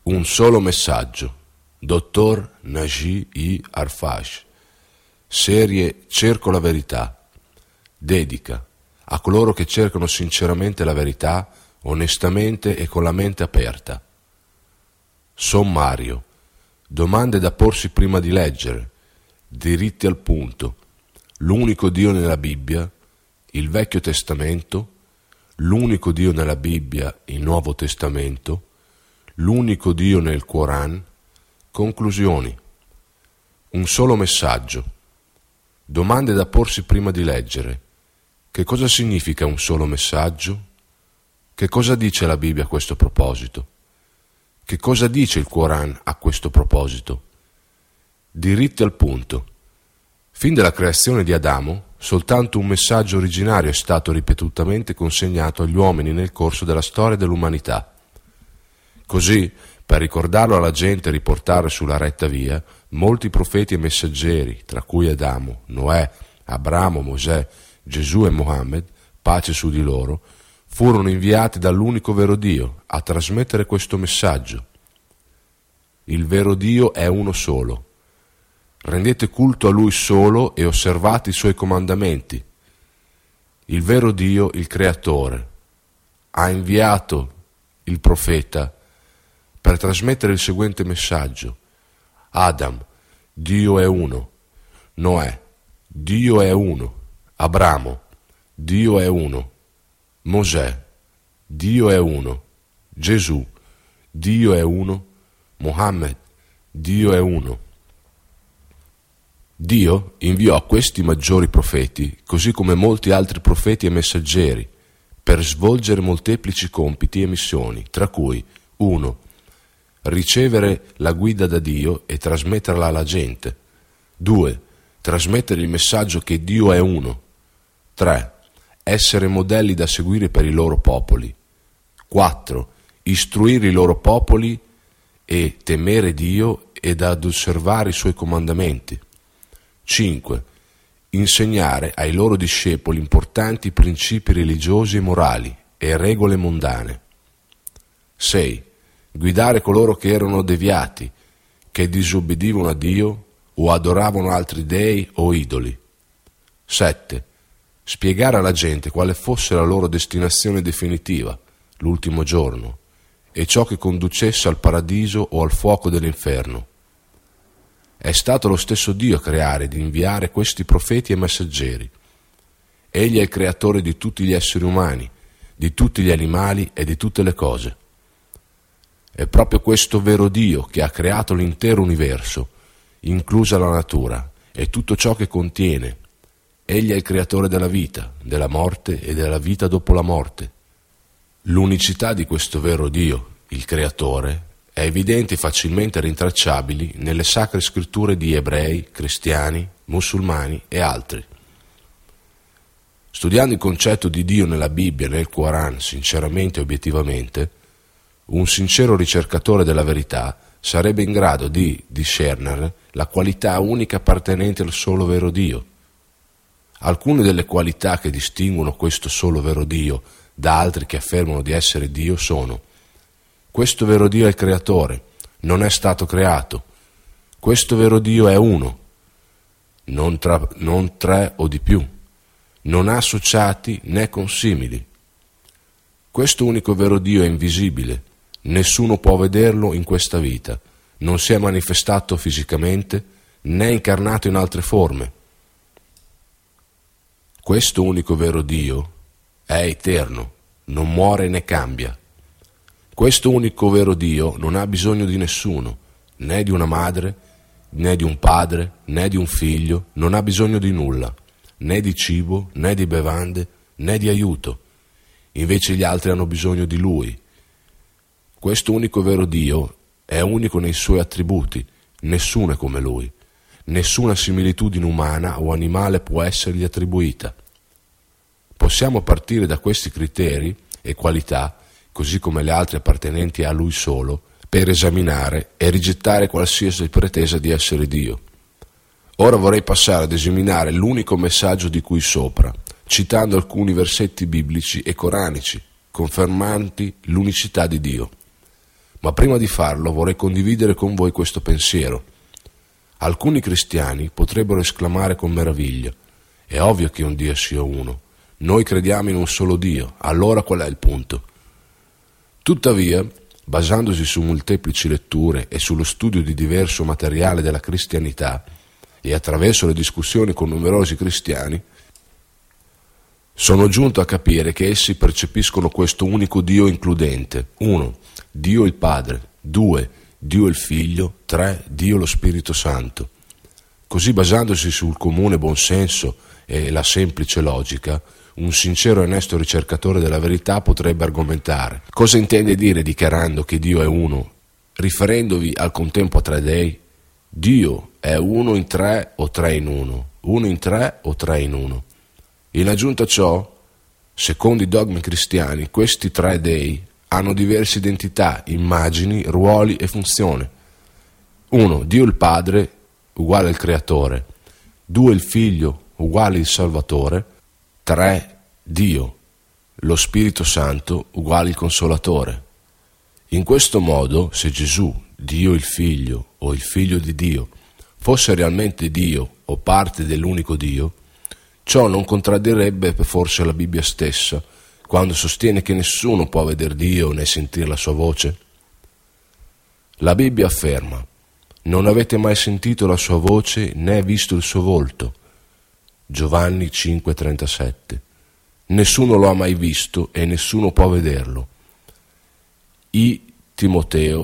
Un solo messaggio. Dottor Naji I. Arfash. Serie Cerco la verità. Dedica a coloro che cercano sinceramente la verità, onestamente e con la mente aperta. Sommario. Domande da porsi prima di leggere. Diritti al punto. L'unico Dio nella Bibbia, il Vecchio Testamento, l'unico Dio nella Bibbia, il Nuovo Testamento, l'unico Dio nel Coran. Conclusioni. Un solo messaggio. Domande da porsi prima di leggere. Che cosa significa un solo messaggio? Che cosa dice la Bibbia a questo proposito? Che cosa dice il Coran a questo proposito? Diritti al punto. Fin dalla creazione di Adamo, soltanto un messaggio originario è stato ripetutamente consegnato agli uomini nel corso della storia dell'umanità. Così, per ricordarlo alla gente e riportare sulla retta via, molti profeti e messaggeri, tra cui Adamo, Noè, Abramo, Mosè, Gesù e Mohammed, pace su di loro, furono inviati dall'unico vero Dio a trasmettere questo messaggio. Il vero Dio è uno solo. Rendete culto a Lui solo e osservate i Suoi comandamenti. Il vero Dio, il Creatore, ha inviato il profeta per trasmettere il seguente messaggio. Adam, Dio è uno. Noè, Dio è uno. Abramo, Dio è uno. Mosè, Dio è uno. Gesù, Dio è uno. Mohammed, Dio è uno. Dio inviò questi maggiori profeti, così come molti altri profeti e messaggeri, per svolgere molteplici compiti e missioni, tra cui 1. Ricevere la guida da Dio e trasmetterla alla gente. 2. Trasmettere il messaggio che Dio è uno. 3. Essere modelli da seguire per i loro popoli. 4. Istruire i loro popoli e temere Dio ed ad osservare i Suoi comandamenti. 5. Insegnare ai loro discepoli importanti principi religiosi e morali e regole mondane. 6. Guidare coloro che erano deviati, che disobbedivano a Dio o adoravano altri dei o idoli. 7. Spiegare alla gente quale fosse la loro destinazione definitiva, l'ultimo giorno, e ciò che conducesse al paradiso o al fuoco dell'inferno. È stato lo stesso Dio a creare ed inviare questi profeti e messaggeri. Egli è il creatore di tutti gli esseri umani, di tutti gli animali e di tutte le cose. È proprio questo vero Dio che ha creato l'intero universo, inclusa la natura e tutto ciò che contiene. Egli è il creatore della vita, della morte e della vita dopo la morte. L'unicità di questo vero Dio, il creatore, è evidente e facilmente rintracciabili nelle sacre scritture di ebrei, cristiani, musulmani e altri. Studiando il concetto di Dio nella Bibbia e nel Coran sinceramente e obiettivamente, un sincero ricercatore della verità sarebbe in grado di discernere la qualità unica appartenente al solo vero Dio. Alcune delle qualità che distinguono questo solo vero Dio da altri che affermano di essere Dio sono: questo vero Dio è il creatore, non è stato creato. Questo vero Dio è uno, non tre o di più. Non ha associati né consimili. Questo unico vero Dio è invisibile. Nessuno può vederlo in questa vita. Non si è manifestato fisicamente né incarnato in altre forme. Questo unico vero Dio è eterno, non muore né cambia. Questo unico vero Dio non ha bisogno di nessuno, né di una madre, né di un padre, né di un figlio, non ha bisogno di nulla, né di cibo, né di bevande, né di aiuto. Invece gli altri hanno bisogno di Lui. Questo unico vero Dio è unico nei Suoi attributi, nessuno è come Lui. Nessuna similitudine umana o animale può essergli attribuita. Possiamo partire da questi criteri e qualità, così come le altre appartenenti a Lui solo, per esaminare e rigettare qualsiasi pretesa di essere Dio. Ora vorrei passare ad esaminare l'unico messaggio di cui sopra, citando alcuni versetti biblici e coranici, confermanti l'unicità di Dio. Ma prima di farlo vorrei condividere con voi questo pensiero. Alcuni cristiani potrebbero esclamare con meraviglia: è ovvio che un Dio sia uno, noi crediamo in un solo Dio, allora qual è il punto? Tuttavia, basandosi su molteplici letture e sullo studio di diverso materiale della cristianità e attraverso le discussioni con numerosi cristiani, sono giunto a capire che essi percepiscono questo unico Dio includente: 1. Dio il Padre, 2. Dio il Figlio, 3. Dio lo Spirito Santo. Così, basandosi sul comune buonsenso e la semplice logica, un sincero e onesto ricercatore della verità potrebbe argomentare: cosa intende dire dichiarando che Dio è uno, riferendovi al contempo a tre dei? Dio è uno in tre o tre in uno in tre o tre in uno. In aggiunta a ciò, secondo i dogmi cristiani, questi tre dei hanno diverse identità, immagini, ruoli e funzioni. 1. Dio il Padre, uguale al Creatore. 2. Il Figlio, uguale il Salvatore. 3. Dio, lo Spirito Santo, uguale il Consolatore. In questo modo, se Gesù, Dio il Figlio o il Figlio di Dio, fosse realmente Dio o parte dell'unico Dio, ciò non contraddirebbe forse la Bibbia stessa, quando sostiene che nessuno può vedere Dio né sentire la sua voce? La Bibbia afferma: non avete mai sentito la sua voce né visto il suo volto. Giovanni 5,37. Nessuno lo ha mai visto e nessuno può vederlo. I Timoteo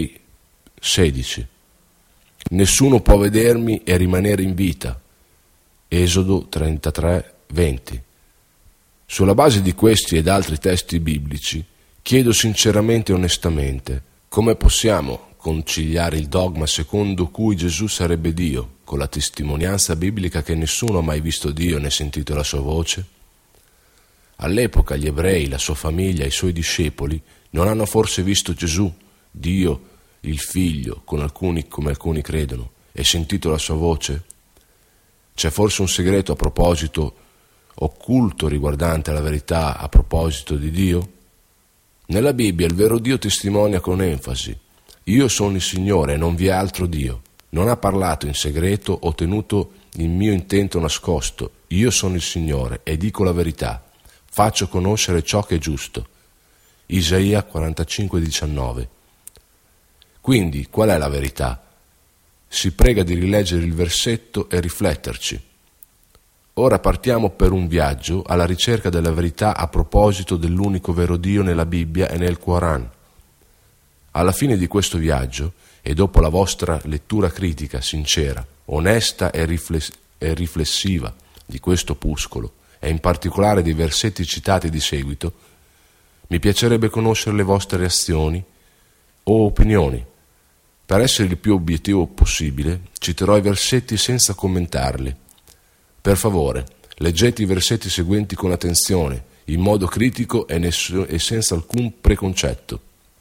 6,16. Nessuno può vedermi e rimanere in vita. Esodo 33,20. Sulla base di questi ed altri testi biblici, chiedo sinceramente e onestamente: come possiamo conciliare il dogma secondo cui Gesù sarebbe Dio con la testimonianza biblica che nessuno ha mai visto Dio né sentito la sua voce? All'epoca gli ebrei, la sua famiglia e i suoi discepoli non hanno forse visto Gesù, Dio, il Figlio, come alcuni credono, e sentito la sua voce? C'è forse un segreto a proposito occulto riguardante la verità a proposito di Dio? Nella Bibbia il vero Dio testimonia con enfasi: io sono il Signore e non vi è altro Dio. Non ha parlato in segreto o tenuto il mio intento nascosto. Io sono il Signore e dico la verità. Faccio conoscere ciò che è giusto. Isaia 45,19. Quindi, qual è la verità? Si prega di rileggere il versetto e rifletterci. Ora partiamo per un viaggio alla ricerca della verità a proposito dell'unico vero Dio nella Bibbia e nel Coran. Alla fine di questo viaggio, e dopo la vostra lettura critica, sincera, onesta e riflessiva di questo opuscolo, e in particolare dei versetti citati di seguito, mi piacerebbe conoscere le vostre reazioni o opinioni. Per essere il più obiettivo possibile, citerò i versetti senza commentarli. Per favore, leggete i versetti seguenti con attenzione, in modo critico e senza alcun preconcetto.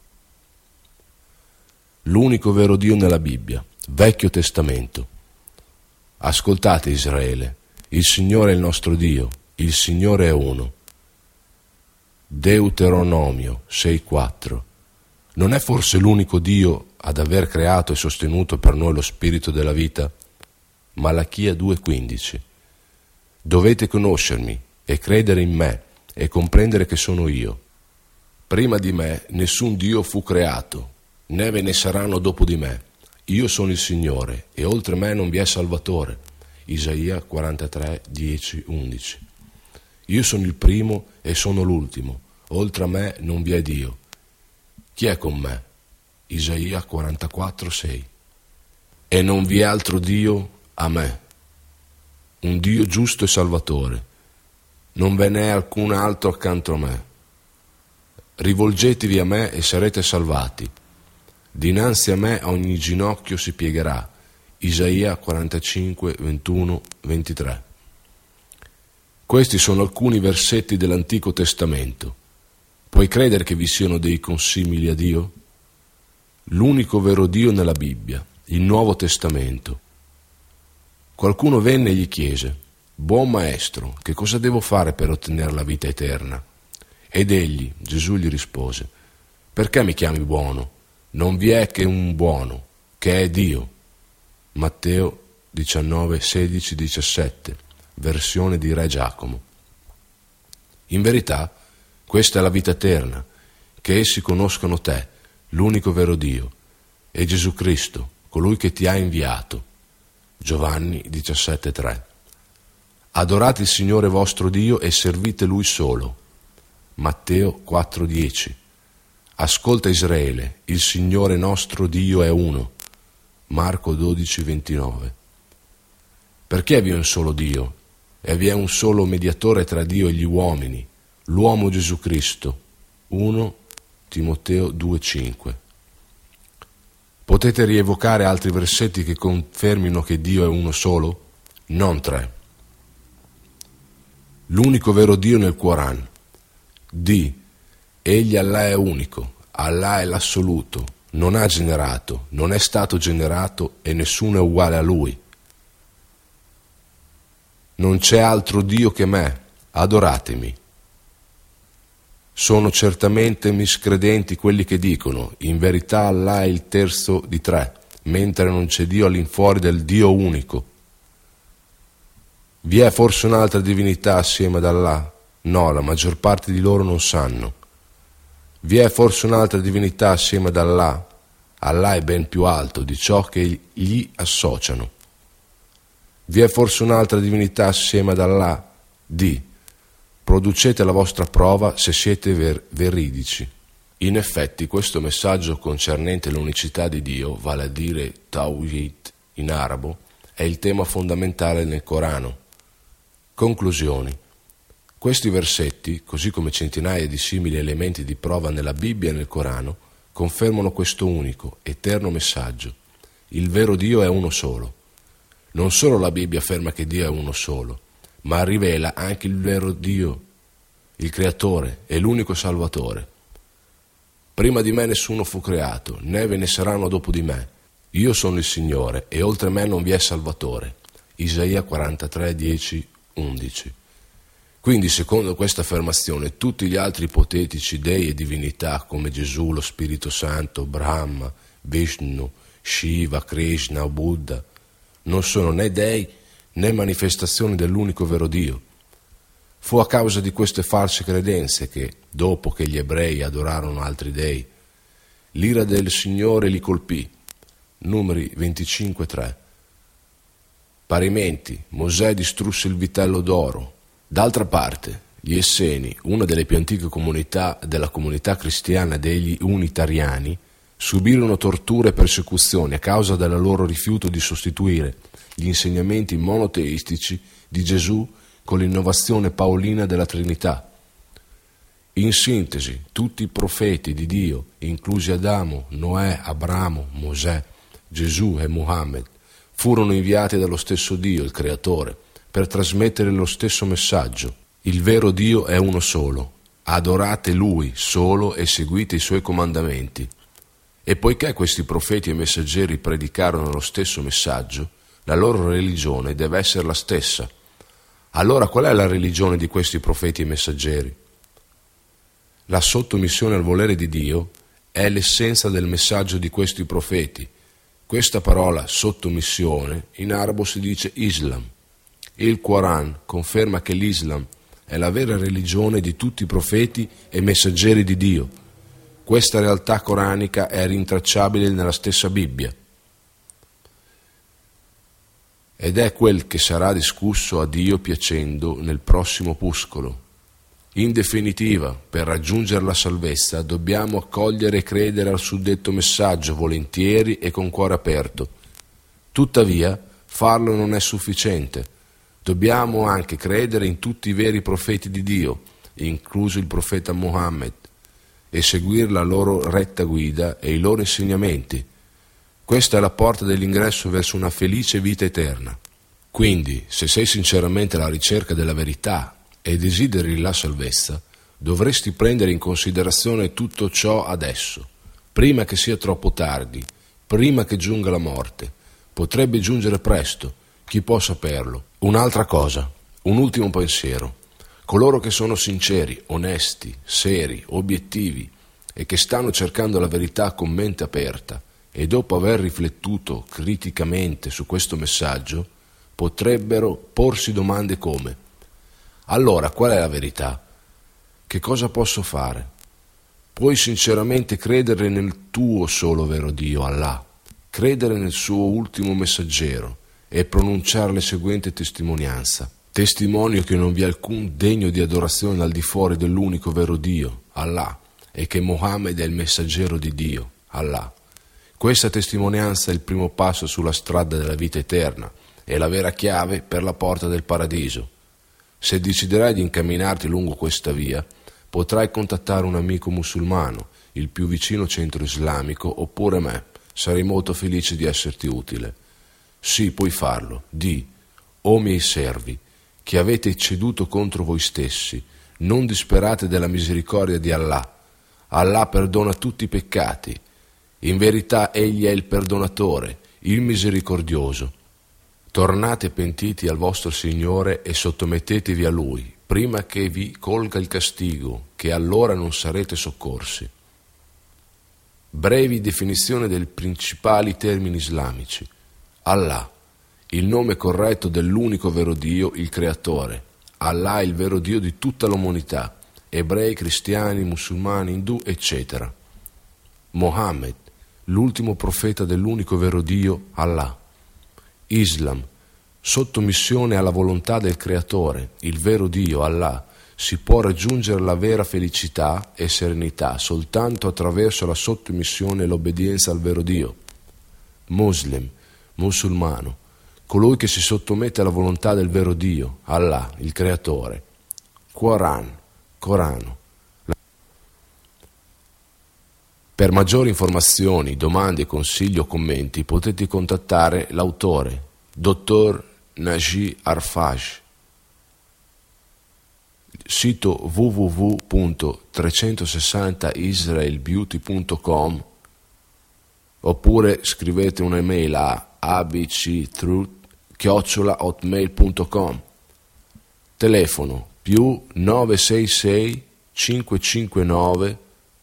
L'unico vero Dio nella Bibbia, Vecchio Testamento. Ascoltate Israele, il Signore è il nostro Dio, il Signore è uno. Deuteronomio 6,4. Non è forse l'unico Dio ad aver creato e sostenuto per noi lo spirito della vita? Malachia 2,15. Dovete conoscermi e credere in me e comprendere che sono io. Prima di me nessun Dio fu creato, né ve ne saranno dopo di me. Io sono il Signore e oltre me non vi è Salvatore. Isaia 43,10-11. Io sono il primo e sono l'ultimo, oltre a me non vi è Dio. Chi è con me? Isaia 44,6. E non vi è altro Dio a me, un Dio giusto e salvatore. Non ve n'è alcun altro accanto a me. Rivolgetevi a me e sarete salvati. Dinanzi a me ogni ginocchio si piegherà. Isaia 45, 21, 23. Questi sono alcuni versetti dell'Antico Testamento. Puoi credere che vi siano dei consimili a Dio? L'unico vero Dio nella Bibbia, il Nuovo Testamento. Qualcuno venne e gli chiese: buon maestro, che cosa devo fare per ottenere la vita eterna? Ed egli, Gesù, gli rispose: perché mi chiami buono? Non vi è che un buono, che è Dio. Matteo 19, 16, 17, versione di Re Giacomo. In verità, questa è la vita eterna, che essi conoscano te, l'unico vero Dio, e Gesù Cristo, colui che ti ha inviato. Giovanni 17, 3. Adorate il Signore vostro Dio e servite Lui solo. Matteo 4, 10. Ascolta Israele, il Signore nostro Dio è uno. Marco 12, 29. Perché vi è un solo Dio e vi è un solo mediatore tra Dio e gli uomini, l'uomo Gesù Cristo. 1 Timoteo 2, 5. Potete rievocare altri versetti che confermino che Dio è uno solo? Non 3. L'unico vero Dio nel Coran. Egli Allah è unico, Allah è l'assoluto, non ha generato, non è stato generato e nessuno è uguale a Lui. Non c'è altro Dio che me, adoratemi. Sono certamente miscredenti quelli che dicono, in verità Allah è il terzo di tre, mentre non c'è Dio all'infuori del Dio unico. Vi è forse un'altra divinità assieme ad Allah? No, la maggior parte di loro non sanno. Vi è forse un'altra divinità assieme ad Allah? Allah è ben più alto di ciò che gli associano. Vi è forse un'altra divinità assieme ad Allah? Producete la vostra prova se siete veridici. In effetti questo messaggio concernente l'unicità di Dio, vale a dire Tawhid in arabo, è il tema fondamentale nel Corano. Conclusioni. Questi versetti, così come centinaia di simili elementi di prova nella Bibbia e nel Corano, confermano questo unico, eterno messaggio. Il vero Dio è uno solo. Non solo la Bibbia afferma che Dio è uno solo, ma rivela anche il vero Dio, il Creatore e l'unico Salvatore. Prima di me nessuno fu creato, né ve ne saranno dopo di me. Io sono il Signore e oltre me non vi è Salvatore. Isaia 43, 10, 11. Quindi, secondo questa affermazione, tutti gli altri ipotetici dei e divinità come Gesù, lo Spirito Santo, Brahma, Vishnu, Shiva, Krishna o Buddha non sono né dei né manifestazioni dell'unico vero Dio. Fu a causa di queste false credenze che, dopo che gli ebrei adorarono altri dei, l'ira del Signore li colpì. Numeri 25:3. Parimenti, Mosè distrusse il vitello d'oro. D'altra parte, gli Esseni, una delle più antiche comunità della comunità cristiana degli unitariani, subirono torture e persecuzioni a causa del loro rifiuto di sostituire gli insegnamenti monoteistici di Gesù con l'innovazione paolina della Trinità. In sintesi, tutti i profeti di Dio, inclusi Adamo, Noè, Abramo, Mosè, Gesù e Muhammad, furono inviati dallo stesso Dio, il Creatore, per trasmettere lo stesso messaggio. Il vero Dio è uno solo. Adorate Lui solo e seguite i Suoi comandamenti. E poiché questi profeti e messaggeri predicarono lo stesso messaggio, la loro religione deve essere la stessa. Allora qual è la religione di questi profeti e messaggeri? La sottomissione al volere di Dio è l'essenza del messaggio di questi profeti. Questa parola sottomissione in arabo si dice Islam. Il Quran conferma che l'Islam è la vera religione di tutti i profeti e messaggeri di Dio. Questa realtà coranica è rintracciabile nella stessa Bibbia ed è quel che sarà discusso a Dio piacendo nel prossimo opuscolo. In definitiva, per raggiungere la salvezza dobbiamo accogliere e credere al suddetto messaggio volentieri e con cuore aperto. Tuttavia, farlo non è sufficiente. Dobbiamo anche credere in tutti i veri profeti di Dio, incluso il profeta Muhammad, e seguire la loro retta guida e i loro insegnamenti. Questa è la porta dell'ingresso verso una felice vita eterna. Quindi, se sei sinceramente alla ricerca della verità e desideri la salvezza, dovresti prendere in considerazione tutto ciò adesso, prima che sia troppo tardi, prima che giunga la morte. Potrebbe giungere presto, chi può saperlo? Un'altra cosa, un ultimo pensiero. Coloro che sono sinceri, onesti, seri, obiettivi, e che stanno cercando la verità con mente aperta e dopo aver riflettuto criticamente su questo messaggio potrebbero porsi domande come: allora qual è la verità? Che cosa posso fare? Puoi sinceramente credere nel tuo solo vero Dio, Allah, credere nel suo ultimo messaggero e pronunciare la seguente testimonianza: testimonio che non vi è alcun degno di adorazione al di fuori dell'unico vero Dio, Allah, e che Mohammed è il messaggero di Dio, Allah. Questa testimonianza è il primo passo sulla strada della vita eterna e la vera chiave per la porta del paradiso. Se deciderai di incamminarti lungo questa via, potrai contattare un amico musulmano, il più vicino centro islamico, oppure me. Sarei molto felice di esserti utile. Sì, puoi farlo. Di: o miei servi, che avete ceduto contro voi stessi, non disperate della misericordia di Allah. Allah perdona tutti i peccati. In verità Egli è il perdonatore, il misericordioso. Tornate pentiti al vostro Signore e sottomettetevi a Lui, prima che vi colga il castigo, che allora non sarete soccorsi. Brevi definizione dei principali termini islamici. Allah, il nome corretto dell'unico vero Dio, il Creatore. Allah è il vero Dio di tutta l'umanità, ebrei, cristiani, musulmani, indù, eccetera. Mohammed, l'ultimo profeta dell'unico vero Dio, Allah. Islam, sottomissione alla volontà del Creatore, il vero Dio, Allah. Si può raggiungere la vera felicità e serenità soltanto attraverso la sottomissione e l'obbedienza al vero Dio. Muslim, musulmano, colui che si sottomette alla volontà del vero Dio, Allah, il Creatore. Quran, Corano. Per maggiori informazioni, domande, consigli o commenti potete contattare l'autore, Dottor Naji Arfaj, sito www.360israelbeauty.com, oppure scrivete un'email a abctruth@hotmail.com. Telefono più 966 559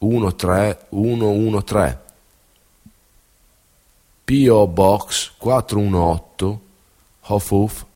13113. P.O. Box 418, Hofuf,